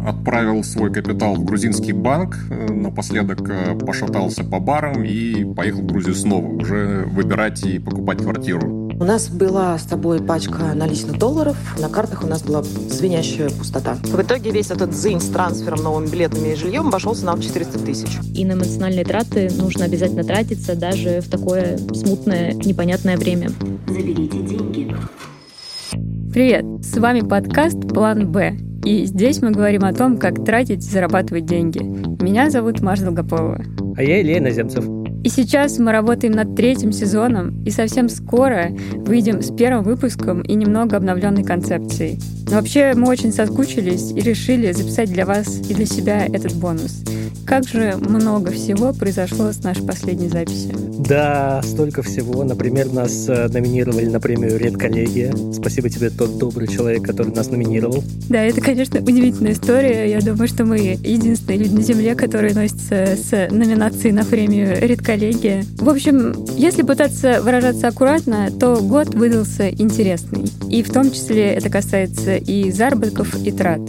отправил свой капитал в грузинский банк, напоследок пошатался по барам и поехал в Грузию снова, уже выбирать и покупать квартиру. У нас была с тобой пачка наличных долларов, на картах у нас была звенящая пустота. В итоге весь этот дзынь с трансфером, новыми билетами и жильем обошелся нам в 400 тысяч. И на эмоциональные траты нужно обязательно тратиться даже в такое смутное, непонятное время. Заберите деньги. Привет! С вами подкаст «План Б». И здесь мы говорим о том, как тратить и зарабатывать деньги. Меня зовут Маша Долгополова. А я Илья Иноземцев. И сейчас мы работаем над 3-м сезоном, и совсем скоро выйдем с 1-м выпуском и немного обновленной концепцией. Но вообще мы очень соскучились и решили записать для вас и для себя этот бонус. Как же много всего произошло с нашей последней записи. Да, столько всего. Например, нас номинировали на премию «Редколлегия». Спасибо тебе, тот добрый человек, который нас номинировал. Да, это, конечно, удивительная история. Я думаю, что мы единственные люди на Земле, которые носятся с номинацией на премию «Редколлегия». В общем, если пытаться выражаться аккуратно, то год выдался интересный. И в том числе это касается и заработков, и трат.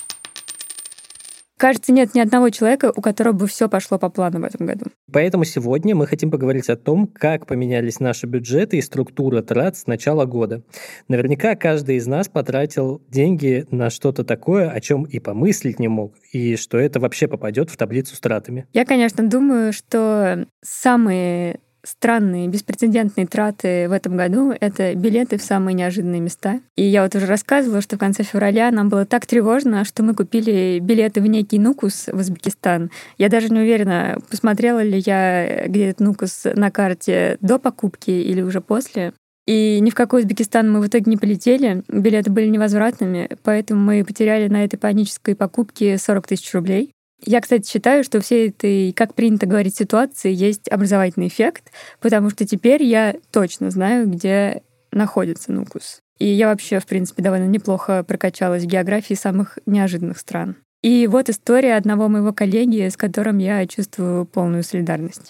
Кажется, нет ни одного человека, у которого бы все пошло по плану в этом году. Поэтому сегодня мы хотим поговорить о том, как поменялись наши бюджеты и структура трат с начала года. Наверняка каждый из нас потратил деньги на что-то такое, о чем и помыслить не мог, и что это вообще попадет в таблицу с тратами. Я, конечно, думаю, что самые странные, беспрецедентные траты в этом году — это билеты в самые неожиданные места. И я вот уже рассказывала, что в конце февраля нам было так тревожно, что мы купили билеты в некий Нукус в Узбекистан. Я даже не уверена, посмотрела ли я, где этот Нукус на карте до покупки или уже после. И ни в какой Узбекистан мы в итоге не полетели, билеты были невозвратными, поэтому мы потеряли на этой панической покупке 40 тысяч рублей. Я, кстати, считаю, что всей этой, как принято говорить, ситуации есть образовательный эффект, потому что теперь я точно знаю, где находится Нукус. И я вообще, в принципе, довольно неплохо прокачалась в географии самых неожиданных стран. И вот история одного моего коллеги, с которым я чувствую полную солидарность.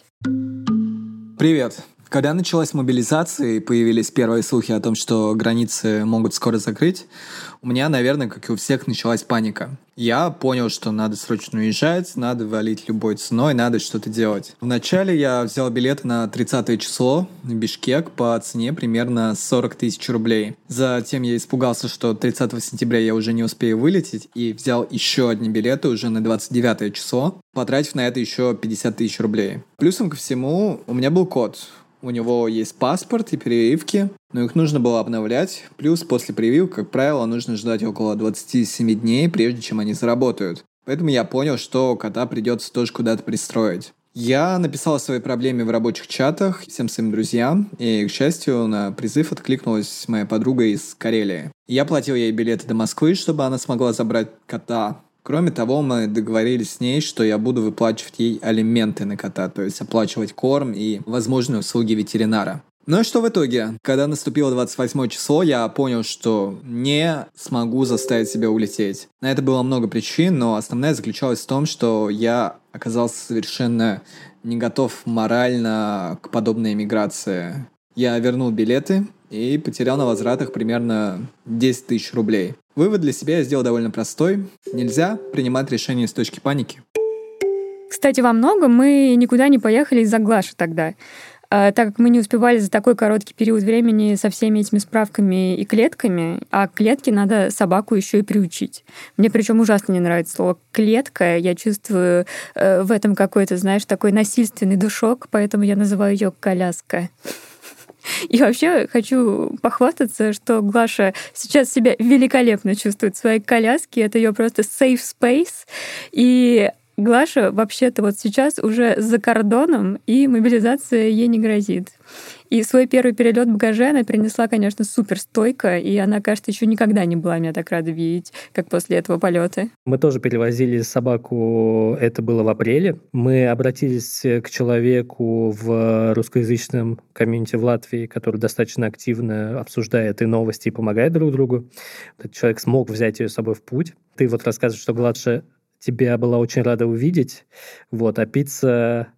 Привет. Когда началась мобилизация и появились первые слухи о том, что границы могут скоро закрыть, у меня, наверное, как и у всех, началась паника. Я понял, что надо срочно уезжать, надо валить любой ценой, надо что-то делать. Вначале я взял билеты на 30 число в Бишкек по цене примерно 40 тысяч рублей. Затем я испугался, что 30 сентября я уже не успею вылететь, и взял еще одни билеты уже на 29 число, потратив на это еще 50 тысяч рублей. Плюсом ко всему, у меня был код. У него есть паспорт и прививки, но их нужно было обновлять. Плюс после прививок, как правило, нужно ждать около 27 дней, прежде чем они заработают. Поэтому я понял, что кота придется тоже куда-то пристроить. Я написал о своей проблеме в рабочих чатах всем своим друзьям, и, к счастью, на призыв откликнулась моя подруга из Карелии. Я платил ей билеты до Москвы, чтобы она смогла забрать кота. Кроме того, мы договорились с ней, что я буду выплачивать ей алименты на кота, то есть оплачивать корм и возможные услуги ветеринара. Ну и что в итоге? Когда наступило 28 число, я понял, что не смогу заставить себя улететь. На это было много причин, но основная заключалась в том, что я оказался совершенно не готов морально к подобной эмиграции. Я вернул билеты и потерял на возвратах примерно 10 тысяч рублей. Вывод для себя я сделал довольно простой. Нельзя принимать решения с точки паники. Кстати, во многом мы никуда не поехали из-за Глаши тогда. Так как мы не успевали за такой короткий период времени со всеми этими справками и клетками, а к клетке надо собаку еще и приучить. Мне причем ужасно не нравится слово «клетка». Я чувствую в этом какой-то, знаешь, такой насильственный душок, поэтому я называю ее «коляска». И вообще хочу похвастаться, что Глаша сейчас себя великолепно чувствует в своей коляске. Это ее просто safe space. И Глаша вообще-то вот сейчас уже за кордоном, и мобилизация ей не грозит. И свой первый перелет в багаже она перенесла, конечно, супер стойко, и она, кажется, еще никогда не была меня так рада видеть, как после этого полета. Мы тоже перевозили собаку, это было в апреле. Мы обратились к человеку в русскоязычном комьюнити в Латвии, который достаточно активно обсуждает и новости, и помогает друг другу. Этот человек смог взять ее с собой в путь. Ты вот рассказываешь, что Глаша тебя была очень рада увидеть, вот, а пицца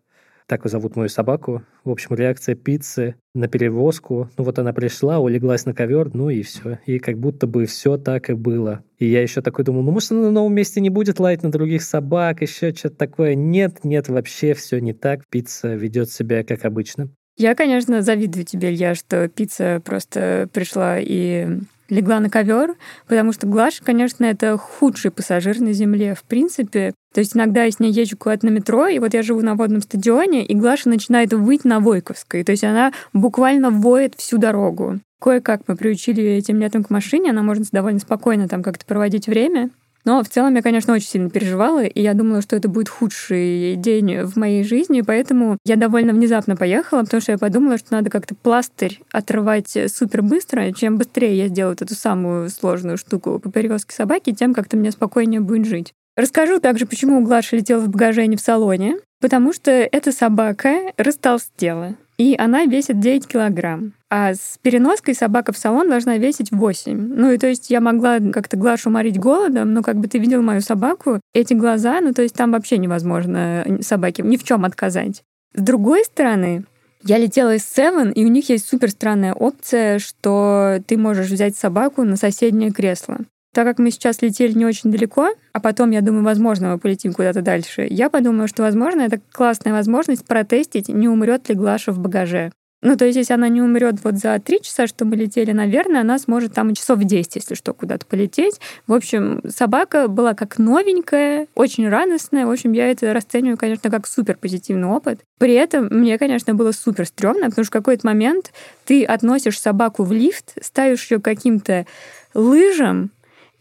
Так зовут мою собаку. В общем, реакция пиццы на перевозку. Ну вот она пришла, улеглась на ковер, ну и все. И как будто бы все так и было. И я еще такой думал, ну может она на новом месте не будет лаять на других собак, еще что-то такое. Нет, вообще все не так. Пицца ведет себя как обычно. Я, конечно, завидую тебе, Илья, что пицца просто пришла и легла на ковер, потому что Глаша, конечно, это худший пассажир на Земле, в принципе. То есть иногда я с ней езжу куда-то на метро, и вот я живу на водном стадионе, и Глаша начинает выть на Войковской. То есть она буквально воет всю дорогу. Кое-как мы приучили ее этим летом к машине, она может довольно спокойно там как-то проводить время. Но в целом я, конечно, очень сильно переживала, и я думала, что это будет худший день в моей жизни, поэтому я довольно внезапно поехала, потому что я подумала, что надо как-то пластырь отрывать супер быстро. Чем быстрее я сделаю эту самую сложную штуку по перевозке собаки, тем как-то мне спокойнее будет жить. Расскажу также, почему Глаша летела в багаже, а не в салоне. Потому что эта собака растолстела, и она весит 9 килограмм. А с переноской собака в салон должна весить 8. Ну и то есть я могла как-то Глашу морить голодом, но как бы ты видел мою собаку, эти глаза, ну то есть там вообще невозможно собаке ни в чем отказать. С другой стороны, я летела из Seven, и у них есть супер странная опция, что ты можешь взять собаку на соседнее кресло. Так как мы сейчас летели не очень далеко, а потом, я думаю, возможно, мы полетим куда-то дальше, я подумала, что, возможно, это классная возможность протестить, не умрет ли Глаша в багаже. Ну, то есть, если она не умрет вот за 3 часа, что мы летели, наверное, она сможет там часов 10, если что, куда-то полететь. В общем, собака была как новенькая, очень радостная. В общем, я это расцениваю, конечно, как супер позитивный опыт. При этом мне, конечно, было супер стрёмно, потому что в какой-то момент ты относишь собаку в лифт, ставишь ее каким-то лыжам,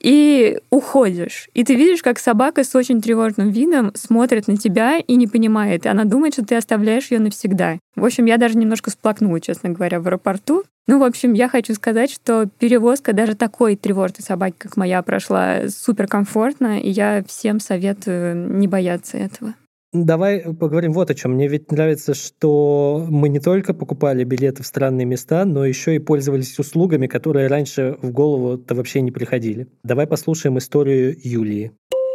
и уходишь. И ты видишь, как собака с очень тревожным видом смотрит на тебя и не понимает. Она думает, что ты оставляешь ее навсегда. В общем, я даже немножко всплакнула, честно говоря, в аэропорту. Ну, в общем, я хочу сказать, что перевозка даже такой тревожной собаки, как моя, прошла суперкомфортно, и я всем советую не бояться этого. Давай поговорим вот о чем. Мне ведь нравится, что мы не только покупали билеты в странные места, но еще и пользовались услугами, которые раньше в голову-то вообще не приходили. Давай послушаем историю Юлии.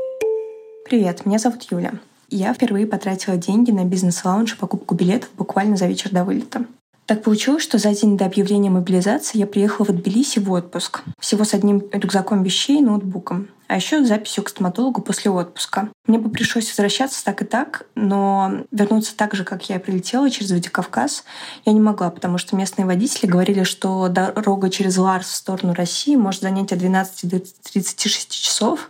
Привет, меня зовут Юля. Я впервые потратила деньги на бизнес-лаунж и покупку билетов буквально за вечер до вылета. Так получилось, что за день до объявления мобилизации я приехала в Тбилиси в отпуск. Всего с одним рюкзаком вещей и ноутбуком. А еще с записью к стоматологу после отпуска. Мне бы пришлось возвращаться так и так, но вернуться так же, как я и прилетела, через Владикавказ, я не могла, потому что местные водители говорили, что дорога через Ларс в сторону России может занять от 12 до 36 часов.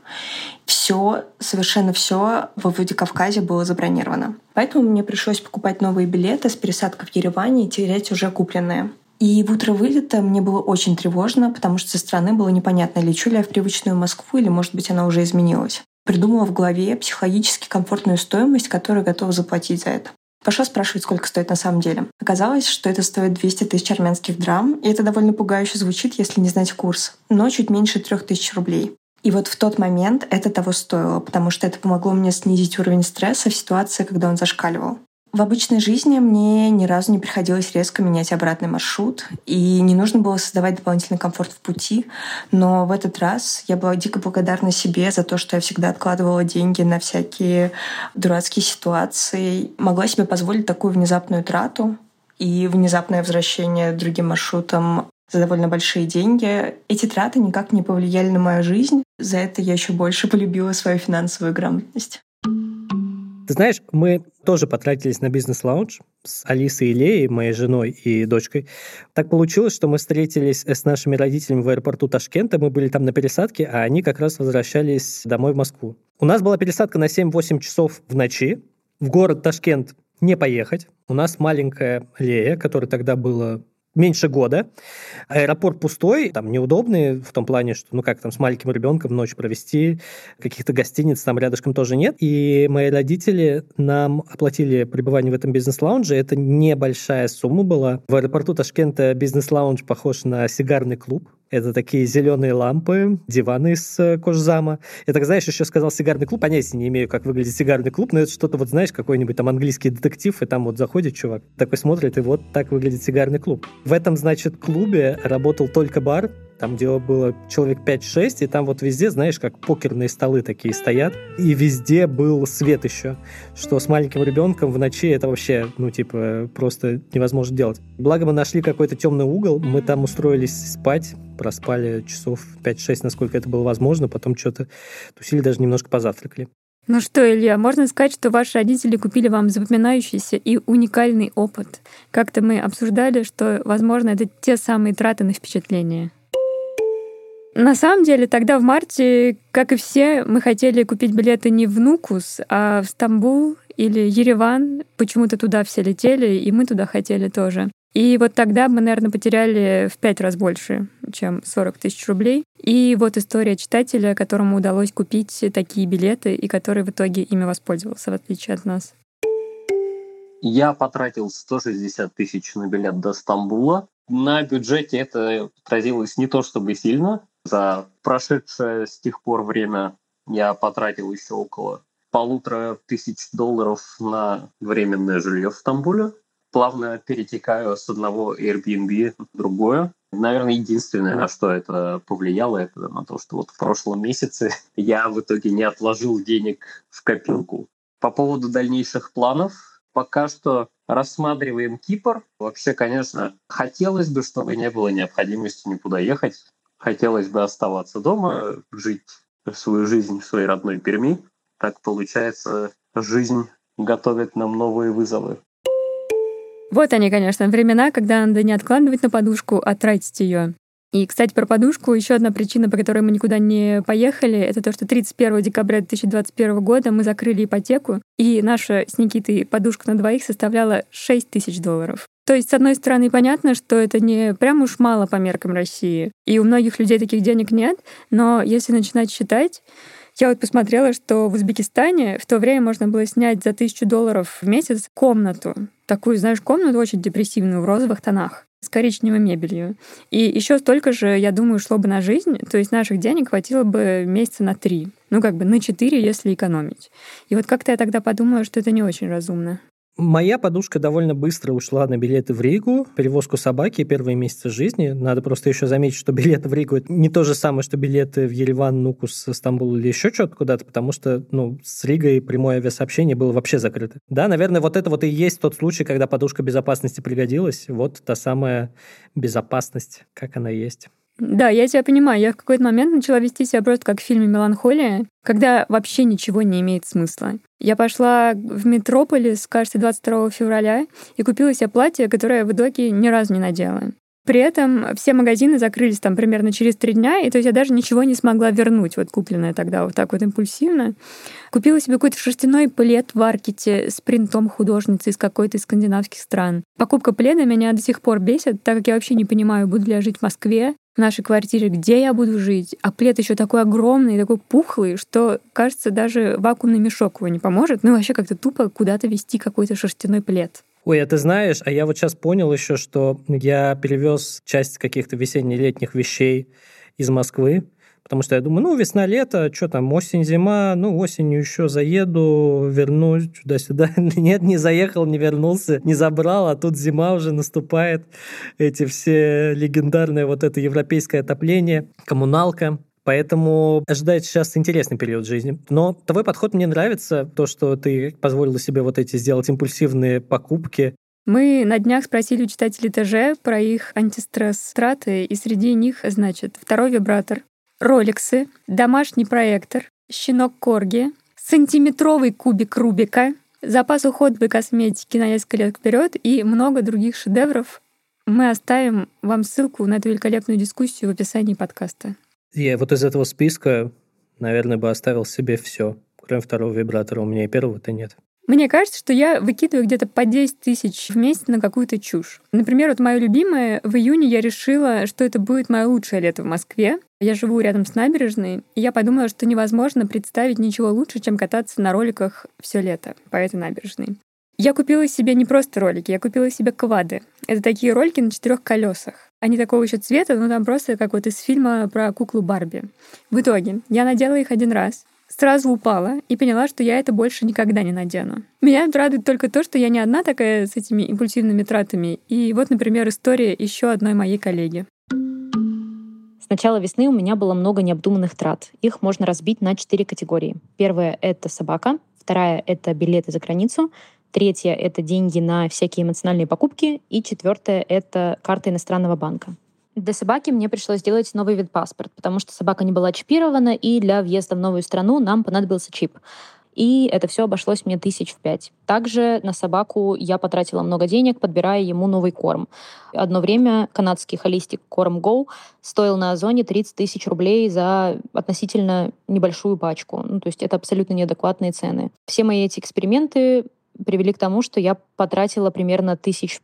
Совершенно все во Владикавказе было забронировано. Поэтому мне пришлось покупать новые билеты с пересадкой в Ереване и терять уже купленные. И в утро вылета мне было очень тревожно, потому что со стороны было непонятно, лечу ли я в привычную Москву или, может быть, она уже изменилась. Придумала в голове психологически комфортную стоимость, которую готова заплатить за это. Пошла спрашивать, сколько стоит на самом деле. Оказалось, что это стоит 200 тысяч армянских драм, и это довольно пугающе звучит, если не знать курс, но чуть меньше 3000 рублей. И вот в тот момент это того стоило, потому что это помогло мне снизить уровень стресса в ситуации, когда он зашкаливал. В обычной жизни мне ни разу не приходилось резко менять обратный маршрут, и не нужно было создавать дополнительный комфорт в пути, но в этот раз я была дико благодарна себе за то, что я всегда откладывала деньги на всякие дурацкие ситуации, могла себе позволить такую внезапную трату и внезапное возвращение другим маршрутам за довольно большие деньги. Эти траты никак не повлияли на мою жизнь, за это я еще больше полюбила свою финансовую грамотность. Ты знаешь, мы тоже потратились на бизнес-лаунж с Алисой и Леей, моей женой и дочкой. Так получилось, что мы встретились с нашими родителями в аэропорту Ташкента, мы были там на пересадке, а они как раз возвращались домой в Москву. У нас была пересадка на 7-8 часов в ночи. В город Ташкент не поехать. У нас маленькая Лея, которой тогда было меньше года. Аэропорт пустой, там неудобный в том плане, что, как там с маленьким ребенком ночь провести, каких-то гостиниц там рядышком тоже нет. И мои родители нам оплатили пребывание в этом бизнес-лаунже. Это небольшая сумма была. В аэропорту Ташкента бизнес-лаунж похож на сигарный клуб. Это такие зеленые лампы, диваны из кожзама. Я так, знаешь, еще сказал сигарный клуб. Понятия не имею, как выглядит сигарный клуб, но это что-то, вот знаешь, какой-нибудь там английский детектив, и там вот заходит чувак, такой смотрит, и вот так выглядит сигарный клуб. В этом, значит, клубе работал только бар. Там дело было человек 5-6, и там вот везде, знаешь, как покерные столы такие стоят, и везде был свет еще, что с маленьким ребенком в ночи это вообще, просто невозможно делать. Благо мы нашли какой-то темный угол, мы там устроились спать, проспали часов 5-6, насколько это было возможно, потом что-то тусили, даже немножко позавтракали. Ну что, Илья, можно сказать, что ваши родители купили вам запоминающийся и уникальный опыт. Как-то мы обсуждали, что, возможно, это те самые траты на впечатление. На самом деле, тогда в марте, как и все, мы хотели купить билеты не в Нукус, а в Стамбул или Ереван. Почему-то туда все летели, и мы туда хотели тоже. И вот тогда мы, наверное, потеряли в 5 раз больше, чем 40 тысяч рублей. И вот история читателя, которому удалось купить такие билеты, и который в итоге ими воспользовался, в отличие от нас. Я потратил 160 тысяч на билет до Стамбула. На бюджете это отразилось не то чтобы сильно. За прошедшее с тех пор время я потратил еще около $1500 на временное жилье в Стамбуле. Плавно перетекаю с одного Airbnb в другое. Наверное, единственное, на что это повлияло, это на то, что вот в прошлом месяце я в итоге не отложил денег в копилку. По поводу дальнейших планов, пока что рассматриваем Кипр. Вообще, конечно, хотелось бы, чтобы не было необходимости никуда ехать. Хотелось бы оставаться дома, жить свою жизнь в своей родной Перми. Так получается, жизнь готовит нам новые вызовы. Вот они, конечно, времена, когда надо не откладывать на подушку, а тратить ее. И, кстати, про подушку еще одна причина, по которой мы никуда не поехали, это то, что 31 декабря 2021 года мы закрыли ипотеку, и наша с Никитой подушка на двоих составляла $6000. То есть, с одной стороны, понятно, что это не прям уж мало по меркам России, и у многих людей таких денег нет, но если начинать считать, я вот посмотрела, что в Узбекистане в то время можно было снять за $1000 в месяц комнату. Такую, знаешь, комнату очень депрессивную, в розовых тонах, с коричневой мебелью. И еще столько же, я думаю, шло бы на жизнь, то есть наших денег хватило бы месяца на 3. На 4, если экономить. И вот как-то я тогда подумала, что это не очень разумно. Моя подушка довольно быстро ушла на билеты в Ригу, перевозку собаки первые месяцы жизни. Надо просто еще заметить, что билеты в Ригу — это не то же самое, что билеты в Ереван, Нукус, Стамбул или еще что-то куда-то, потому что, с Ригой прямое авиасообщение было вообще закрыто. Да, наверное, вот это вот и есть тот случай, когда подушка безопасности пригодилась. Вот та самая безопасность, как она есть. Да, я тебя понимаю. Я в какой-то момент начала вести себя просто как в фильме «Меланхолия», когда вообще ничего не имеет смысла. Я пошла в Метрополис, кажется, 22 февраля и купила себе платье, которое я в итоге ни разу не надела. При этом все магазины закрылись там примерно через 3 дня, и то есть я даже ничего не смогла вернуть, вот купленное тогда вот так вот импульсивно. Купила себе какой-то шерстяной плед в Аркете с принтом художницы из какой-то из скандинавских стран. Покупка пледа меня до сих пор бесит, так как я вообще не понимаю, буду ли я жить в Москве, в нашей квартире, где я буду жить. А плед еще такой огромный, такой пухлый, что, кажется, даже вакуумный мешок его не поможет. Вообще как-то тупо куда-то везти какой-то шерстяной плед. Ой, а ты знаешь, а я вот сейчас понял еще, что я перевез часть каких-то весенне-летних вещей из Москвы, потому что я думаю, весна-лето, что там, осень-зима, осенью еще заеду, вернусь туда-сюда. Нет, не заехал, не вернулся, не забрал, а тут зима уже наступает. Эти все легендарные вот это европейское отопление, коммуналка. Поэтому ожидает сейчас интересный период жизни. Но твой подход мне нравится, то, что ты позволила себе вот эти сделать импульсивные покупки. Мы на днях спросили у читателей ТЖ про их антистресс-траты, и среди них, второй вибратор, роликсы, домашний проектор, щенок Корги, сантиметровый кубик Рубика, запас уходовой косметики на несколько лет вперед и много других шедевров. Мы оставим вам ссылку на эту великолепную дискуссию в описании подкаста. Я вот из этого списка, наверное, бы оставил себе все, кроме второго вибратора. У меня и первого-то нет. Мне кажется, что я выкидываю где-то по 10 тысяч в месяц на какую-то чушь. Например, вот мое любимое, в июне я решила, что это будет мое лучшее лето в Москве. Я живу рядом с набережной, и я подумала, что невозможно представить ничего лучше, чем кататься на роликах все лето по этой набережной. Я купила себе не просто ролики, я купила себе квады. Это такие ролики на 4 колесах. Они такого еще цвета, там просто как вот из фильма про куклу Барби. В итоге я надела их 1 раз, сразу упала и поняла, что я это больше никогда не надену. Меня радует только то, что я не одна такая с этими импульсивными тратами. И вот, например, история еще одной моей коллеги. С начала весны у меня было много необдуманных трат. Их можно разбить на 4 категории. Первая — это собака, вторая — это билеты за границу, третья — это деньги на всякие эмоциональные покупки, и четвертая — это карта иностранного банка. Для собаки мне пришлось сделать новый ветпаспорт, потому что собака не была чипирована, и для въезда в новую страну нам понадобился чип. И это все обошлось мне 5 тысяч. Также на собаку я потратила много денег, подбирая ему новый корм. Одно время канадский холистик Корм Go стоил на Озоне 30 тысяч рублей за относительно небольшую пачку. То есть это абсолютно неадекватные цены. Все мои эти эксперименты привели к тому, что я потратила примерно 8 тысяч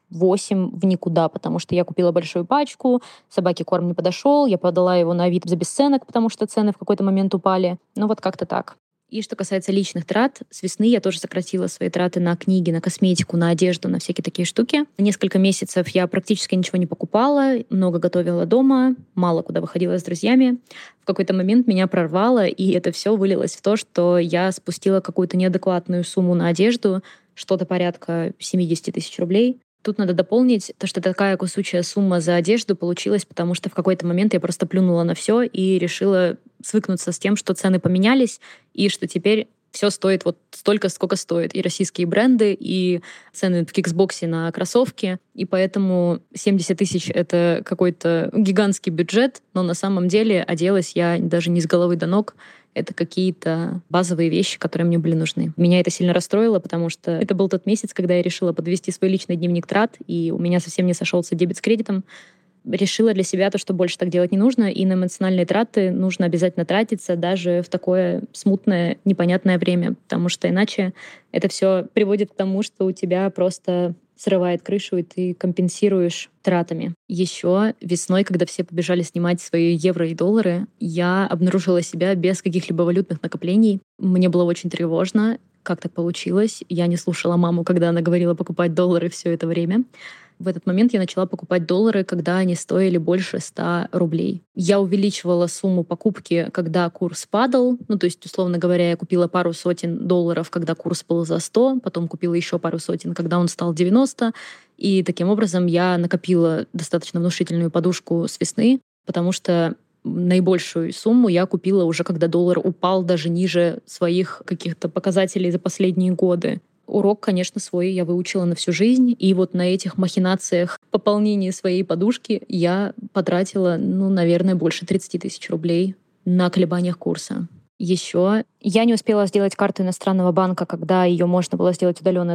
в никуда, потому что я купила большую пачку, собаке корм не подошел, я подала его на Авито за бесценок, потому что цены в какой-то момент упали. Вот как-то так. И что касается личных трат, с весны я тоже сократила свои траты на книги, на косметику, на одежду, на всякие такие штуки. Несколько месяцев я практически ничего не покупала, много готовила дома, мало куда выходила с друзьями. В какой-то момент меня прорвало, и это все вылилось в то, что я спустила какую-то неадекватную сумму на одежду, что-то порядка 70 тысяч рублей. Тут надо дополнить то, что такая кусучая сумма за одежду получилась, потому что в какой-то момент я просто плюнула на все и решила свыкнуться с тем, что цены поменялись, и что теперь все стоит вот столько, сколько стоит. И российские бренды, и цены в Киксбоксе на кроссовки. И поэтому 70 тысяч — это какой-то гигантский бюджет, но на самом деле оделась я даже не с головы до ног. Это какие-то базовые вещи, которые мне были нужны. Меня это сильно расстроило, потому что это был тот месяц, когда я решила подвести свой личный дневник трат, и у меня совсем не сошелся дебет с кредитом. Решила для себя то, что больше так делать не нужно, и на эмоциональные траты нужно обязательно тратиться даже в такое смутное, непонятное время, потому что иначе это все приводит к тому, что у тебя просто срывает крышу, и ты компенсируешь тратами. Еще весной, когда все побежали снимать свои евро и доллары, я обнаружила себя без каких-либо валютных накоплений. Мне было очень тревожно, как так получилось. Я не слушала маму, когда она говорила покупать доллары все это время. В этот момент я начала покупать доллары, когда они стоили больше 100 рублей. Я увеличивала сумму покупки, когда курс падал. То есть, условно говоря, я купила пару сотен долларов, когда курс был за 100, потом купила еще пару сотен, когда он стал 90. И таким образом я накопила достаточно внушительную подушку с весны, потому что наибольшую сумму я купила уже, когда доллар упал даже ниже своих каких-то показателей за последние годы. Урок, конечно, свой я выучила на всю жизнь. И вот на этих махинациях пополнения своей подушки я потратила, наверное, больше 30 тысяч рублей на колебаниях курса. Еще я не успела сделать карту иностранного банка, когда ее можно было сделать удаленно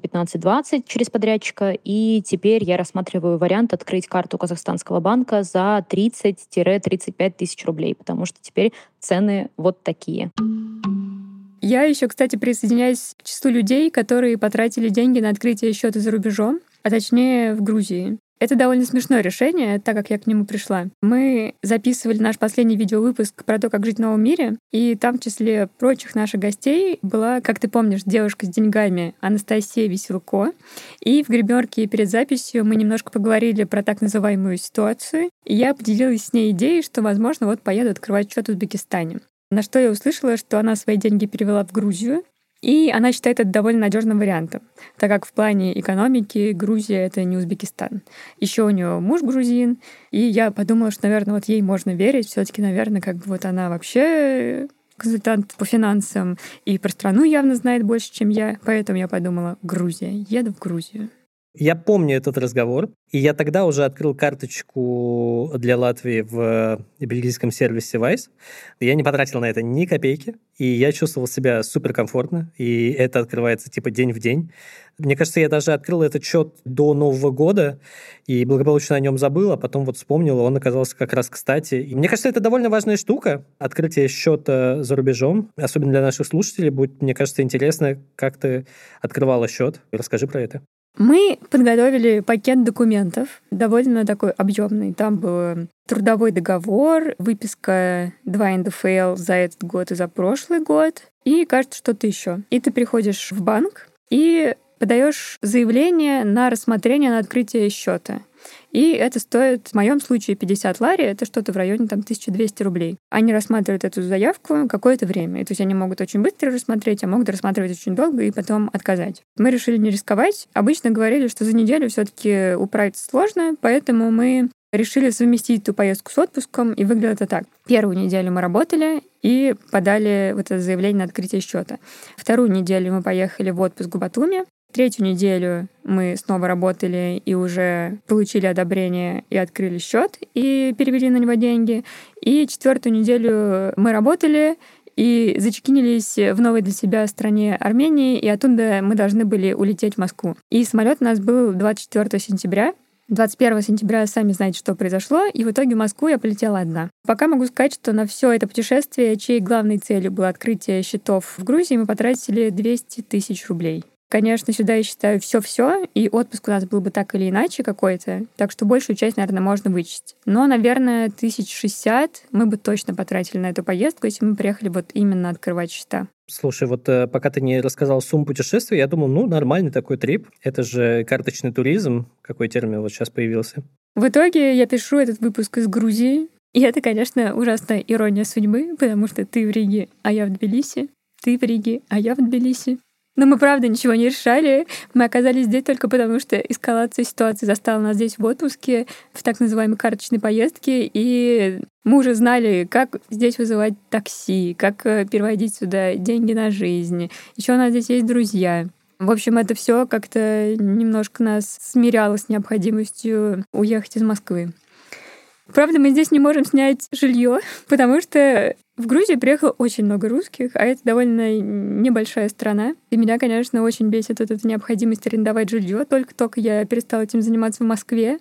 15-20 через подрядчика. И теперь я рассматриваю вариант открыть карту казахстанского банка за 30-35 тысяч рублей, потому что теперь цены вот такие. Я еще, кстати, присоединяюсь к числу людей, которые потратили деньги на открытие счета за рубежом, а точнее в Грузии. Это довольно смешное решение, так как я к нему пришла. Мы записывали наш последний видеовыпуск про то, как жить в новом мире, и там в числе прочих наших гостей была, как ты помнишь, девушка с деньгами Анастасия Веселко. И в гримерке перед записью мы немножко поговорили про так называемую ситуацию, и я поделилась с ней идеей, что, возможно, поеду открывать счет в Узбекистане. На что я услышала, что она свои деньги перевела в Грузию, и она считает это довольно надежным вариантом, так как в плане экономики Грузия — это не Узбекистан. Еще у нее муж грузин, и я подумала, что, наверное, ей можно верить. Все-таки, наверное, она вообще консультант по финансам и про страну явно знает больше, чем я. Поэтому я подумала: Грузия, еду в Грузию. Я помню этот разговор, и я тогда уже открыл карточку для Латвии в бельгийском сервисе Wise. Я не потратил на это ни копейки, и я чувствовал себя суперкомфортно, и это открывается день в день. Мне кажется, я даже открыл этот счет до Нового года и благополучно о нем забыл, а потом вспомнил, и он оказался как раз кстати. И мне кажется, это довольно важная штука, открытие счета за рубежом, особенно для наших слушателей. Будет, мне кажется, интересно, как ты открывала счет. Расскажи про это. Мы подготовили пакет документов, довольно такой объемный. Там был трудовой договор, выписка 2 НДФЛ за этот год и за прошлый год, и, кажется, что-то еще. И ты приходишь в банк и подаешь заявление на рассмотрение на открытие счета. И это стоит, в моем случае, 50 лари, это что-то в районе 1200 рублей. Они рассматривают эту заявку какое-то время. И то есть они могут очень быстро рассмотреть, а могут рассматривать очень долго и потом отказать. Мы решили не рисковать. Обычно говорили, что за неделю все-таки управиться сложно, поэтому мы решили совместить эту поездку с отпуском, и выглядело это так. Первую неделю мы работали и подали вот это заявление на открытие счета. Вторую неделю мы поехали в отпуск в Батуми. Третью неделю мы снова работали и уже получили одобрение и открыли счет и перевели на него деньги. И четвертую неделю мы работали и зачекинились в новой для себя стране Армении, и оттуда мы должны были улететь в Москву. И самолет у нас был 24 сентября. 21 сентября сами знаете, что произошло, и в итоге в Москву я полетела одна. Пока могу сказать, что на все это путешествие, чьей главной целью было открытие счетов в Грузии, мы потратили 200 тысяч рублей. Конечно, сюда я считаю все-все, и отпуск у нас был бы так или иначе какой-то, так что большую часть, наверное, можно вычесть. Но, наверное, 1060 мы бы точно потратили на эту поездку, если мы приехали вот именно открывать счета. Слушай, вот пока ты не рассказал сумму путешествия, я думал, нормальный такой трип. Это же карточный туризм. Какой термин вот сейчас появился? В итоге я пишу этот выпуск из Грузии. И это, конечно, ужасная ирония судьбы, потому что ты в Риге, а я в Тбилиси. Ты в Риге, а я в Тбилиси. Но мы, правда, ничего не решали. Мы оказались здесь только потому, что эскалация ситуации застала нас здесь в отпуске, в так называемой карточной поездке, и мы уже знали, как здесь вызывать такси, как переводить сюда деньги на жизнь. Еще у нас здесь есть друзья. В общем, это все как-то немножко нас смиряло с необходимостью уехать из Москвы. Правда, мы здесь не можем снять жилье, потому что в Грузию приехало очень много русских, а это довольно небольшая страна. И меня, конечно, очень бесит вот эта необходимость арендовать жилье. Только я перестала этим заниматься в Москве.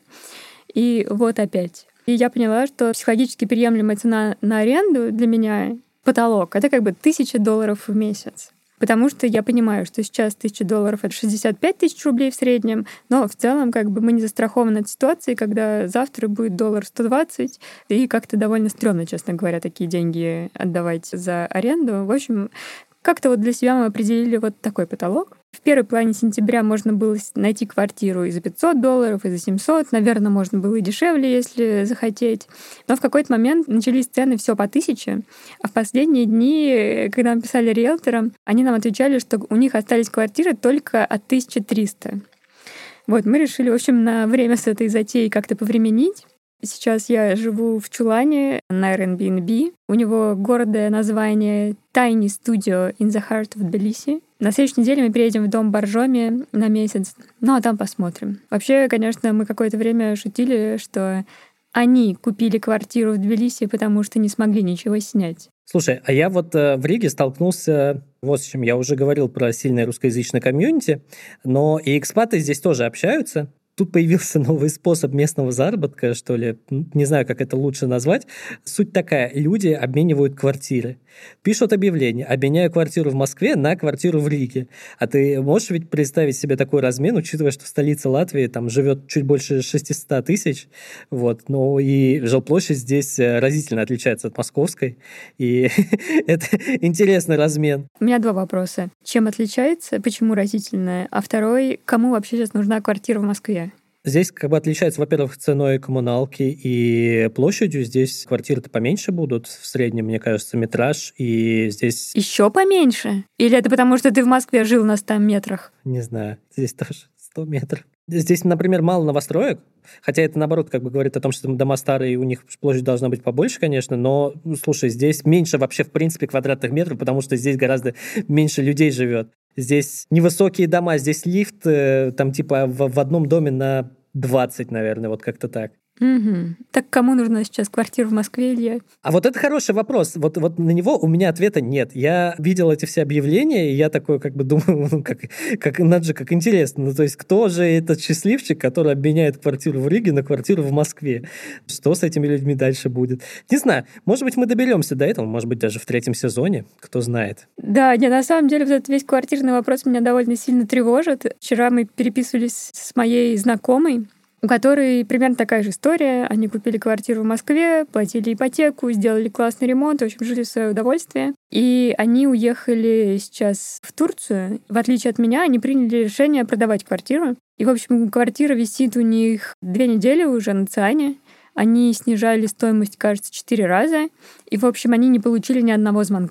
И вот опять. И я поняла, что психологически приемлемая цена на аренду для меня потолок. Это как бы $1000 в месяц. Потому что я понимаю, что сейчас $1000 — это 65 тысяч рублей в среднем, но в целом как бы мы не застрахованы от ситуации, когда завтра будет $120, и как-то довольно стрёмно, честно говоря, такие деньги отдавать за аренду. В общем, как-то вот для себя мы определили вот такой потолок. В первой половине сентября можно было найти квартиру и за $500, и за 700. Наверное, можно было и дешевле, если захотеть. Но в какой-то момент начались цены все по 1000. А в последние дни, когда мы писали риэлторам, они нам отвечали, что у них остались квартиры только от 1300. Вот, мы решили, в общем, на время с этой затеей как-то повременить. Сейчас я живу в чулане на Airbnb. У него гордое название Tiny Studio in the Heart of Tbilisi. На следующей неделе мы переедем в дом Боржоми на месяц. Ну, а там посмотрим. Вообще, конечно, мы какое-то время шутили, что они купили квартиру в Тбилиси, потому что не смогли ничего снять. Слушай, а я вот в Риге столкнулся вот с чем. Я уже говорил про сильное русскоязычное комьюнити, но и экспаты здесь тоже общаются. Тут появился новый способ местного заработка, что ли. Не знаю, как это лучше назвать. Суть такая. Люди обменивают квартиры. Пишут объявление. Обменяю квартиру в Москве на квартиру в Риге. А ты можешь ведь представить себе такой размен, учитывая, что в столице Латвии там живет чуть больше 600 тысяч. Вот. Ну и жилплощадь здесь разительно отличается от московской. И это интересный размен. У меня 2 вопроса. Чем отличается? Почему разительно? А второй, кому вообще сейчас нужна квартира в Москве? Здесь как бы отличается, во-первых, ценой коммуналки и площадью. Здесь квартиры-то поменьше будут, в среднем, мне кажется, метраж. И здесь... Еще поменьше? Или это потому, что ты в Москве жил на 100 метрах? Не знаю, здесь тоже 100 метров. Здесь, например, мало новостроек, хотя это, наоборот, как бы говорит о том, что дома старые, у них площадь должна быть побольше, конечно, но, слушай, здесь меньше вообще, в принципе, квадратных метров, потому что здесь гораздо меньше людей живет. Здесь невысокие дома, здесь лифт там типа в одном доме на 20, наверное, вот как-то так. Угу. Так кому нужна сейчас квартира в Москве, Илья? А вот это хороший вопрос. Вот на него у меня ответа нет. Я видел эти все объявления, и я такой как бы думаю, как интересно. Ну, то есть кто же этот счастливчик, который обменяет квартиру в Риге на квартиру в Москве? Что с этими людьми дальше будет? Не знаю. Может быть, мы доберемся до этого, может быть, даже в 3-м сезоне. Кто знает. Да, на самом деле вот этот весь квартирный вопрос меня довольно сильно тревожит. Вчера мы переписывались с моей знакомой, у которой примерно такая же история. Они купили квартиру в Москве, платили ипотеку, сделали классный ремонт, в общем, жили в свое удовольствие. И они уехали сейчас в Турцию. В отличие от меня, они приняли решение продавать квартиру. И, в общем, квартира висит у них 2 недели уже на Циане. Они снижали стоимость, кажется, 4 раза. И, в общем, они не получили ни одного звонка.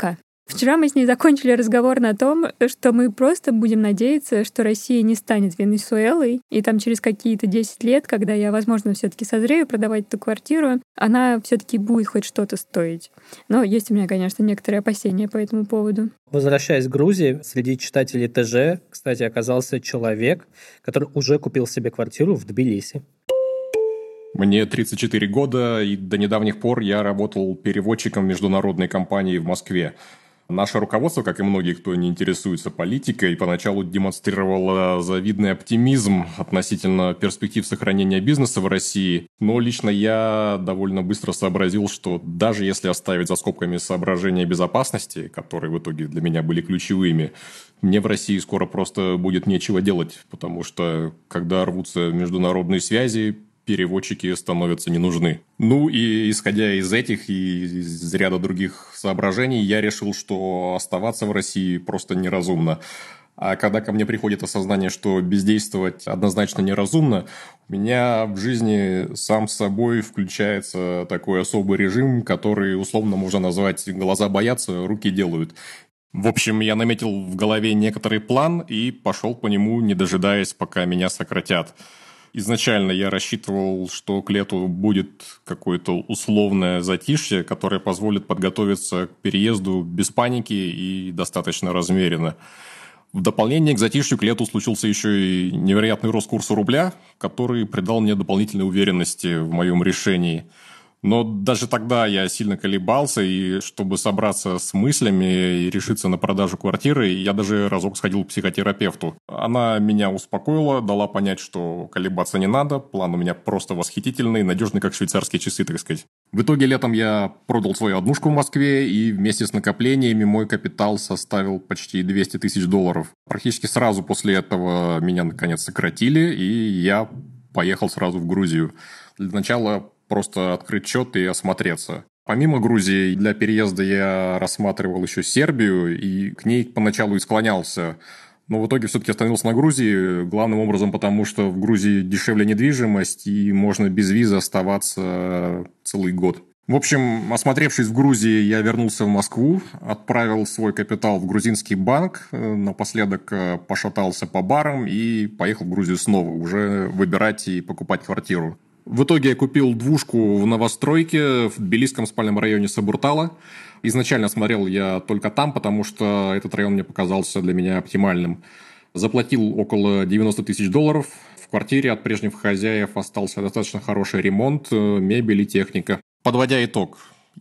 Вчера мы с ней закончили разговор на том, что мы просто будем надеяться, что Россия не станет Венесуэлой, и там через какие-то 10 лет, когда я, возможно, все-таки созрею продавать эту квартиру, она все-таки будет хоть что-то стоить. Но есть у меня, конечно, некоторые опасения по этому поводу. Возвращаясь к Грузии, среди читателей ТЖ, кстати, оказался человек, который уже купил себе квартиру в Тбилиси. Мне 34 года, и до недавних пор я работал переводчиком в международной компании в Москве. Наше руководство, как и многие, кто не интересуется политикой, поначалу демонстрировало завидный оптимизм относительно перспектив сохранения бизнеса в России. Но лично я довольно быстро сообразил, что даже если оставить за скобками соображения безопасности, которые в итоге для меня были ключевыми, мне в России скоро просто будет нечего делать, потому что когда рвутся международные связи, переводчики становятся не нужны. Ну и исходя из этих и из ряда других соображений, я решил, что оставаться в России просто неразумно. А когда ко мне приходит осознание, что бездействовать однозначно неразумно, у меня в жизни сам собой включается такой особый режим, который условно можно назвать «глаза боятся, руки делают». В общем, я наметил в голове некоторый план и пошел по нему, не дожидаясь, пока меня сократят. Изначально я рассчитывал, что к лету будет какое-то условное затишье, которое позволит подготовиться к переезду без паники и достаточно размеренно. В дополнение к затишью к лету случился еще и невероятный рост курса рубля, который придал мне дополнительной уверенности в моем решении. Но даже тогда я сильно колебался, и чтобы собраться с мыслями и решиться на продажу квартиры, я даже разок сходил к психотерапевту. Она меня успокоила, дала понять, что колебаться не надо, план у меня просто восхитительный, надежный, как швейцарские часы, так сказать. В итоге летом я продал свою однушку в Москве, и вместе с накоплениями мой капитал составил почти $200 тысяч. Практически сразу после этого меня, наконец, сократили, и я поехал сразу в Грузию. Для начала просто открыть счет и осмотреться. Помимо Грузии, для переезда я рассматривал еще Сербию, и к ней поначалу и склонялся. Но в итоге все-таки остановился на Грузии, главным образом потому, что в Грузии дешевле недвижимость, и можно без визы оставаться целый год. В общем, осмотревшись в Грузии, я вернулся в Москву, отправил свой капитал в грузинский банк, напоследок пошатался по барам и поехал в Грузию снова, уже выбирать и покупать квартиру. В итоге я купил двушку в новостройке в тбилисском спальном районе Сабуртала. Изначально смотрел я только там, потому что этот район мне показался для меня оптимальным. Заплатил около $90 тысяч. В квартире от прежних хозяев остался достаточно хороший ремонт, мебель и техника. Подводя итог,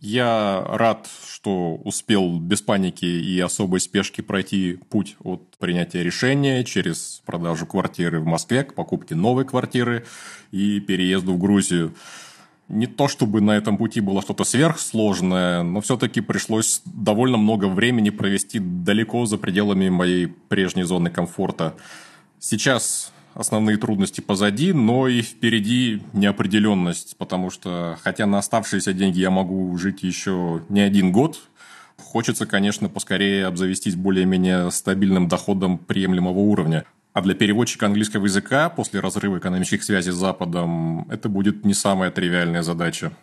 я рад, что успел без паники и особой спешки пройти путь от принятия решения через продажу квартиры в Москве к покупке новой квартиры и переезду в Грузию. Не то чтобы на этом пути было что-то сверхсложное, но все-таки пришлось довольно много времени провести далеко за пределами моей прежней зоны комфорта. Сейчас основные трудности позади, но и впереди неопределенность, потому что, хотя на оставшиеся деньги я могу жить еще не один год, хочется, конечно, поскорее обзавестись более-менее стабильным доходом приемлемого уровня. А для переводчика английского языка после разрыва экономических связей с Западом это будет не самая тривиальная задача.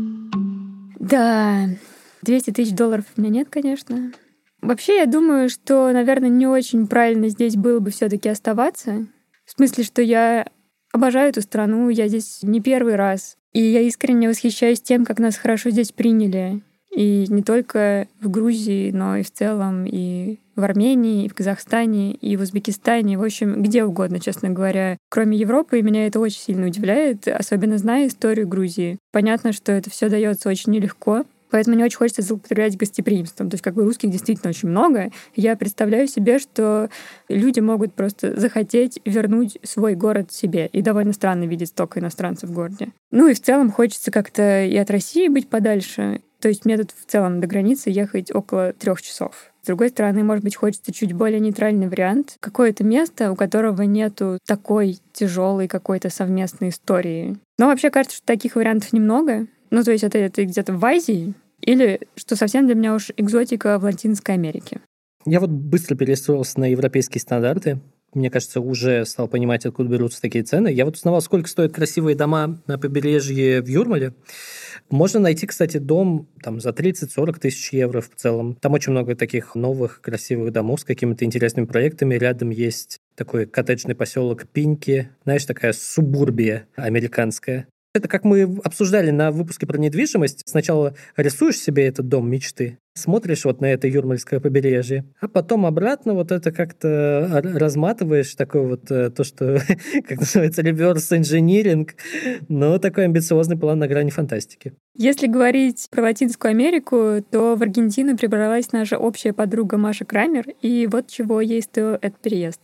Да, $200 тысяч у меня нет, конечно. Вообще, я думаю, что, наверное, не очень правильно здесь было бы все-таки оставаться. В смысле, что я обожаю эту страну, я здесь не первый раз. И я искренне восхищаюсь тем, как нас хорошо здесь приняли. И не только в Грузии, но и в целом, и в Армении, и в Казахстане, и в Узбекистане, в общем, где угодно, честно говоря. Кроме Европы, меня это очень сильно удивляет, особенно зная историю Грузии. Понятно, что это все дается очень нелегко, поэтому мне очень хочется злоупотреблять гостеприимством. То есть как бы русских действительно очень много. Я представляю себе, что люди могут просто захотеть вернуть свой город себе. И довольно странно видеть столько иностранцев в городе. Ну и в целом хочется как-то и от России быть подальше. То есть мне тут в целом до границы ехать около 3 часов. С другой стороны, может быть, хочется чуть более нейтральный вариант. Какое-то место, у которого нету такой тяжелой какой-то совместной истории. Но вообще кажется, что таких вариантов немного. Ну, то есть это где-то в Азии, или, что совсем для меня уж экзотика, в Латинской Америке. Я вот быстро перестроился на европейские стандарты. мне кажется, уже стал понимать, откуда берутся такие цены. Я вот узнавал, сколько стоят красивые дома на побережье в Юрмале. Можно найти, кстати, дом там, за 30-40 тысяч евро в целом. Там очень много таких новых красивых домов с какими-то интересными проектами. Рядом есть такой коттеджный поселок Пиньки. Знаешь, такая субурбия американская. Это как мы обсуждали на выпуске про недвижимость. Сначала рисуешь себе этот дом мечты, смотришь вот на это юрмальское побережье, а потом обратно вот это как-то разматываешь, такой вот то, что, как называется, reverse engineering, но такой амбициозный план на грани фантастики. Если говорить про Латинскую Америку, то в Аргентину прибралась наша общая подруга Маша Крамер, и вот чего ей стоил этот переезд.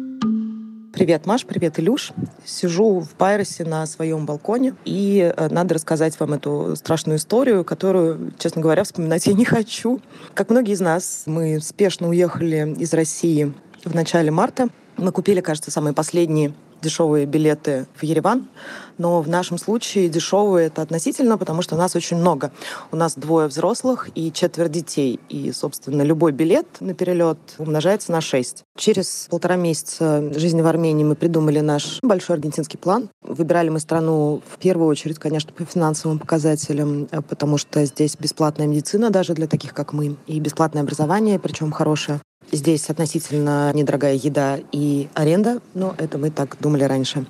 Привет, Маш, привет, Илюш. Сижу в Пайросе на своем балконе, и надо рассказать вам эту страшную историю, которую, честно говоря, вспоминать я не хочу. Как многие из нас, мы спешно уехали из России в начале марта. Мы купили, кажется, самые последние дешевые билеты в Ереван, но в нашем случае дешевые это относительно, потому что нас очень много. У нас 2 взрослых и 4 детей, и, собственно, любой билет на перелет умножается на 6. Через 1,5 месяца жизни в Армении мы придумали наш большой аргентинский план. Выбирали мы страну в первую очередь, конечно, по финансовым показателям, потому что здесь бесплатная медицина даже для таких, как мы, и бесплатное образование, причем хорошее. Здесь относительно недорогая еда и аренда, но это мы так думали раньше.